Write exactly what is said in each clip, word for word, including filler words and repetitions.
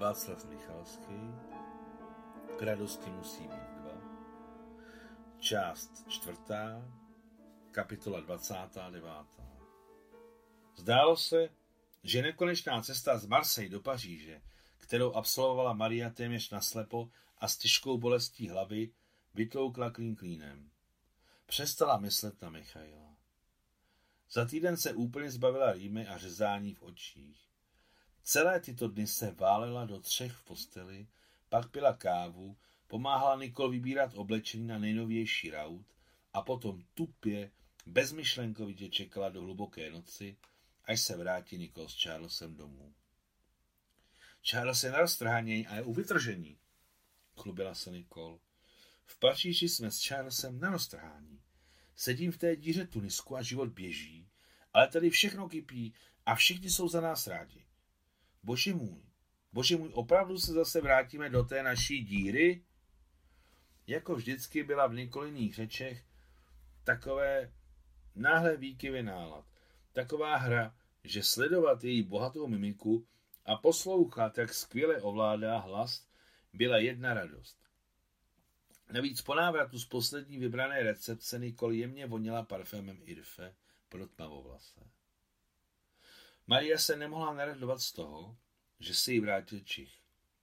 Václav Michalský. K radosti musí být dva. Část čtvrtá, kapitola dvacátá devátá. Zdálo se, že nekonečná cesta z Marseille do Paříže, kterou absolvovala Maria téměř naslepo a s těžkou bolestí hlavy, vytloukla klín klínem. Přestala myslet na Michaila. Za týden se úplně zbavila rýmy a řezání v očích. Celé tyto dny se válela do třech v posteli, pak pila kávu, pomáhala Nicole vybírat oblečení na nejnovější raut a potom tupě, bezmyšlenkovitě čekala do hluboké noci, až se vrátí Nicole s Charlesem domů. Charles je na roztrhání a je u vytržení, chlubila se Nicole. V Paříži jsme s Charlesem na roztrhání. Sedím v té díře Tunisku a život běží, ale tady všechno kypí a všichni jsou za nás rádi. Bože můj, bože můj, opravdu se zase vrátíme do té naší díry? Jako vždycky byla v Nikoliných řečech takové náhle výkyvy nálad. Taková hra, že sledovat její bohatou mimiku a poslouchat, jak skvěle ovládá hlas, byla jedna radost. Navíc po návratu z poslední vybrané recepce Nicole jemně voněla parfémem Irfe pro tmavovlasé. Maria se nemohla naradovat z toho, že se jí vrátil čich.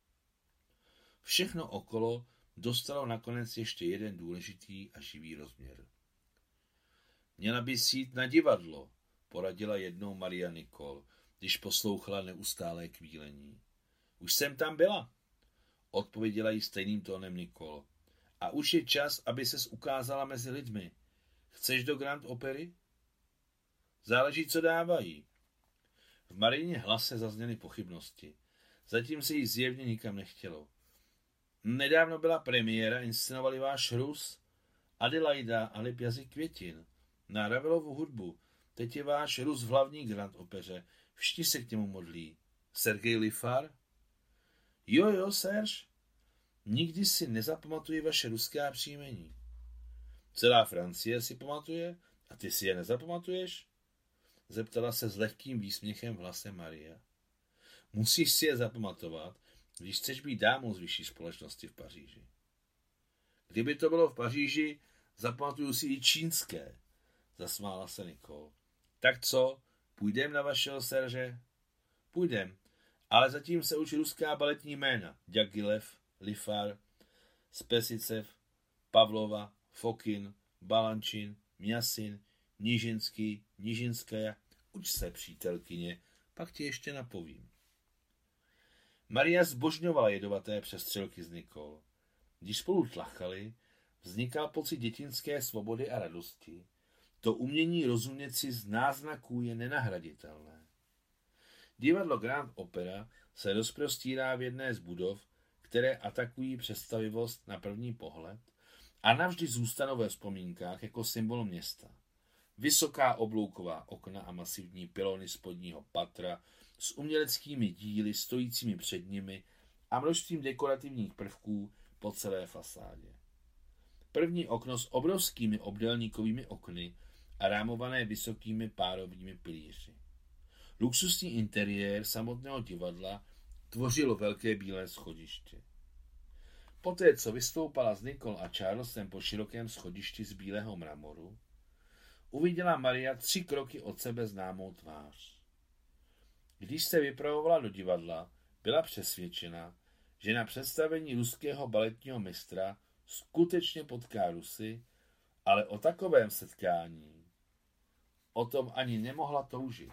Všechno okolo dostalo nakonec ještě jeden důležitý a živý rozměr. Měla by jít na divadlo, poradila jednou Maria Nicole, když poslouchala neustálé kvílení. Už jsem tam byla, odpověděla jí stejným tónem Nicole. A už je čas, aby ses ukázala mezi lidmi. Chceš do Grand Opery? Záleží, co dávají. V Mariině hlase zazněly pochybnosti. Zatím se jí zjevně nikam nechtělo. Nedávno byla premiéra, inscenovali váš Rus, Adelaida a Lip jazyk květin. Na Ravelovu hudbu. Teď je váš Rus v hlavní Grand Opeře. Všichni se k němu modlí. Sergej Lifar? Jo, jo, Serge. Nikdy si nezapamatuje vaše ruská příjmení. Celá Francie si pamatuje a ty si je nezapamatuješ? Zeptala se s lehkým výsměchem v hlase Maria. Musíš si je zapamatovat, když chceš být dámou z vyšší společnosti v Paříži. Kdyby to bylo v Paříži, zapamatuju si i čínské, zasmála se Nicole. Tak co, půjdem na vašeho Serže? Půjdem, ale zatím se učí ruská baletní jména. Diaghilev, Lifar, Spesicev, Pavlova, Fokin, Balančin, Mjasin, Nížinský, Nížinskaja. Uč se, přítelkyně, pak ti ještě napovím. Maria zbožňovala jedovaté přestřelky z Nicole. Když spolu tlachali, vznikal pocit dětinské svobody a radosti. To umění rozumět si z náznaků je nenahraditelné. Divadlo Grand Opera se rozprostírá v jedné z budov, které atakují představivost na první pohled a navždy zůstanou ve vzpomínkách jako symbol města. Vysoká oblouková okna a masivní pylony spodního patra s uměleckými díly stojícími před nimi a množstvím dekorativních prvků po celé fasádě. První okno s obrovskými obdélníkovými okny a rámované vysokými párovými pilíři. Luxusní interiér samotného divadla tvořilo velké bílé schodiště. Poté, co vystoupala s Nicole a Charlesem po širokém schodišti z bílého mramoru, uviděla Maria tři kroky od sebe známou tvář. Když se vypravovala do divadla, byla přesvědčena, že na představení ruského baletního mistra skutečně potká Rusy, ale o takovém setkání o tom ani nemohla toužit.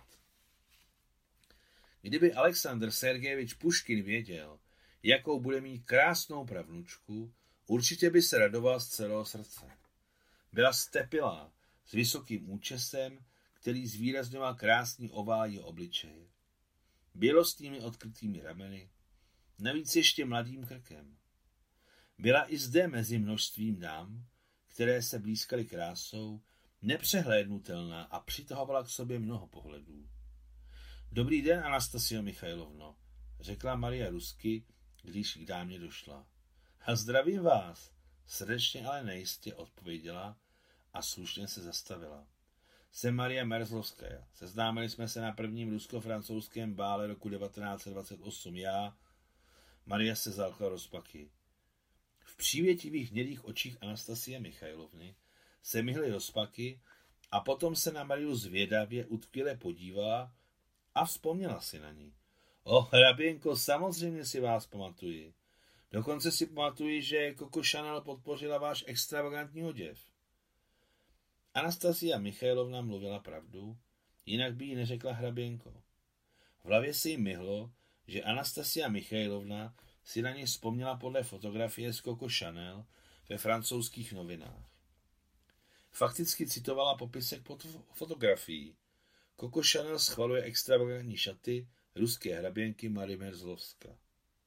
Kdyby Alexandr Sergejevič Puškin věděl, jakou bude mít krásnou pravnučku, určitě by se radoval z celého srdce. Byla stepilá, s vysokým účesem, který zvýrazňoval krásný ovál jeho obličeje. Bělostnými odkrytými rameny, navíc ještě mladým krkem. Byla i zde mezi množstvím dám, které se blýskaly krásou, nepřehlédnutelná a přitahovala k sobě mnoho pohledů. Dobrý den, Anastasio Michailovno, řekla Maria rusky, když k dámě došla. A zdravím vás, srdečně, ale nejistě odpověděla a slušně se zastavila. Jsem Maria Merzlovskaja. Seznámili jsme se na prvním rusko-francouzském bále roku devatenáct set dvacet osm. Já, Maria se zálkla rozpaky. V přívětivých hnědých očích Anastasie Michailovny se myhly rozpaky a potom se na Mariu zvědavě utkvěle podívala a vzpomněla si na ní. O, hraběnko, samozřejmě si vás pamatuji. Dokonce si pamatuji, že Coco Chanel podpořila váš extravagantní oděv. Anastasia Michailovna mluvila pravdu, jinak by jí neřekla hraběnko. V hlavě si jí myhlo, že Anastasia Michailovna si na ní vzpomněla podle fotografie z Coco Chanel ve francouzských novinách. Fakticky citovala popisek pod fotografií. Coco Chanel schvaluje extravagantní šaty ruské hraběnky Marie Merzlovska.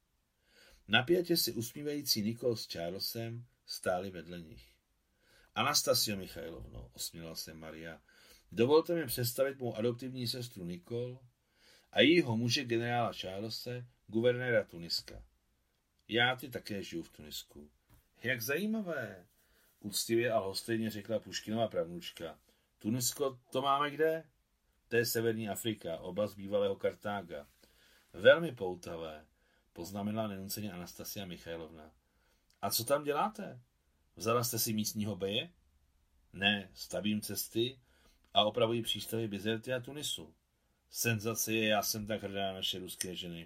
Napjatě si usmívající Nicole s Charlesem stáli vedle nich. Anastasio Michailovno, osměla se Maria, dovolte mi představit mou adoptivní sestru Nicole a jejího muže generála Charlese, guvernéra Tuniska. Já ty také žiju v Tunisku. Jak zajímavé, úctivě a lhostejně řekla Puškinova pravnučka. Tunisko, to máme kde? To je severní Afrika, oblast bývalého Kartága. Velmi poutavé, poznamenala nenuceně Anastasia Michailovna. A co tam děláte? Vzala jste si místního beje? Ne, stavím cesty a opravuji přístavy Bizerty a Tunisu. Senzace je, já jsem tak hrdá na naše ruské ženy.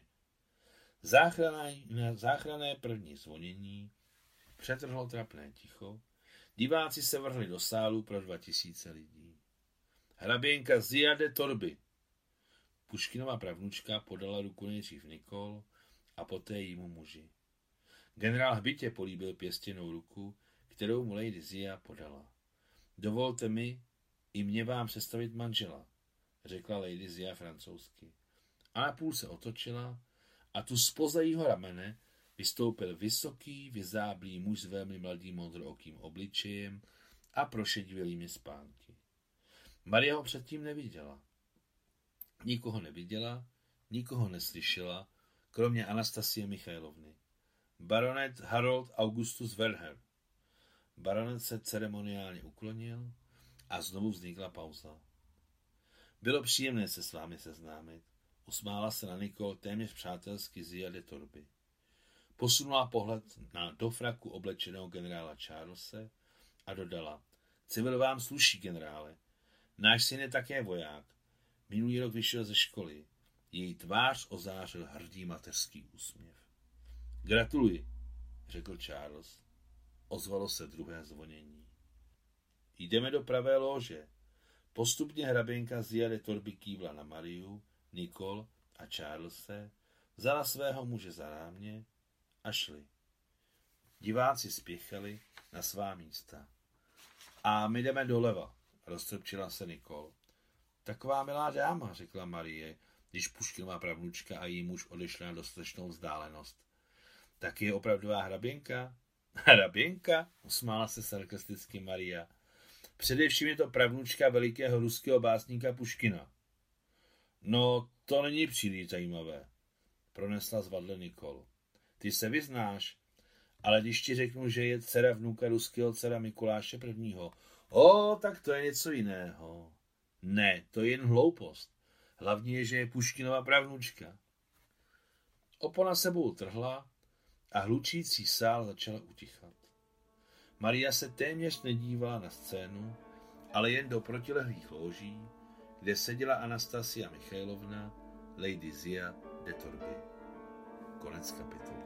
Záchrané, záchrané první zvonění, přetrhlo trapné ticho, diváci se vrhli do sálu pro dva tisíce lidí. Hraběnka Zia de Torby. Puškinova pravnučka podala ruku nejdřív Nicole a poté jímu muži. Generál hbitě políbil pěstěnou ruku, kterou mu Lady Zia podala. Dovolte mi i mě vám představit manžela, řekla Lady Zia francouzsky. A napůl se otočila a tu zpoza jího ramene vystoupil vysoký, vyzáblý muž s velmi mladým modrookým obličejem a prošedivělými spánky. Maria ho předtím neviděla. Nikoho neviděla, nikoho neslyšela, kromě Anastasie Michailovny. Baronet Harold Augustus Werner. Baronet se ceremoniálně uklonil a znovu vznikla pauza. Bylo příjemné se s vámi seznámit. Usmála se na Nicole téměř přátelsky Zia de Torby. Posunula pohled na do fraku oblečeného generála Charlese a dodala. Civil vám sluší, generále. Náš syn je také voják. Minulý rok vyšel ze školy. Její tvář ozářil hrdý mateřský úsměv. Gratuluji, řekl Charles. Ozvalo se druhé zvonění. Jdeme do pravé lóže. Postupně hraběnka Zia de Torby kývla na Mariu, Nicole a Charlese, vzala svého muže za rámě a šli. Diváci spěchali na svá místa. A my jdeme doleva, roztrpčila se Nicole. Taková milá dáma, řekla Marie, když Puškinová pravnučka a její muž odešli na dostatečnou vzdálenost. Tak je opravdová hraběnka? Hraběnka? Usmála se sarkasticky Maria. Především je to pravnučka velikého ruského básníka Puškina. No, to není příliš zajímavé, pronesla zvadle Nicole. Ty se vyznáš, ale když ti řeknu, že je dcera vnuka ruského dcera Mikuláše prvního. O, tak to je něco jiného. Ne, to je jen hloupost. Hlavně je, že je Puškinova pravnučka. Opona sebou trhla a hlučící sál začala utichat. Maria se téměř nedívala na scénu, ale jen do protilehlých lóží, kde seděla Anastasia Michailovna, Lady Zia de Torby. Konec kapitoly.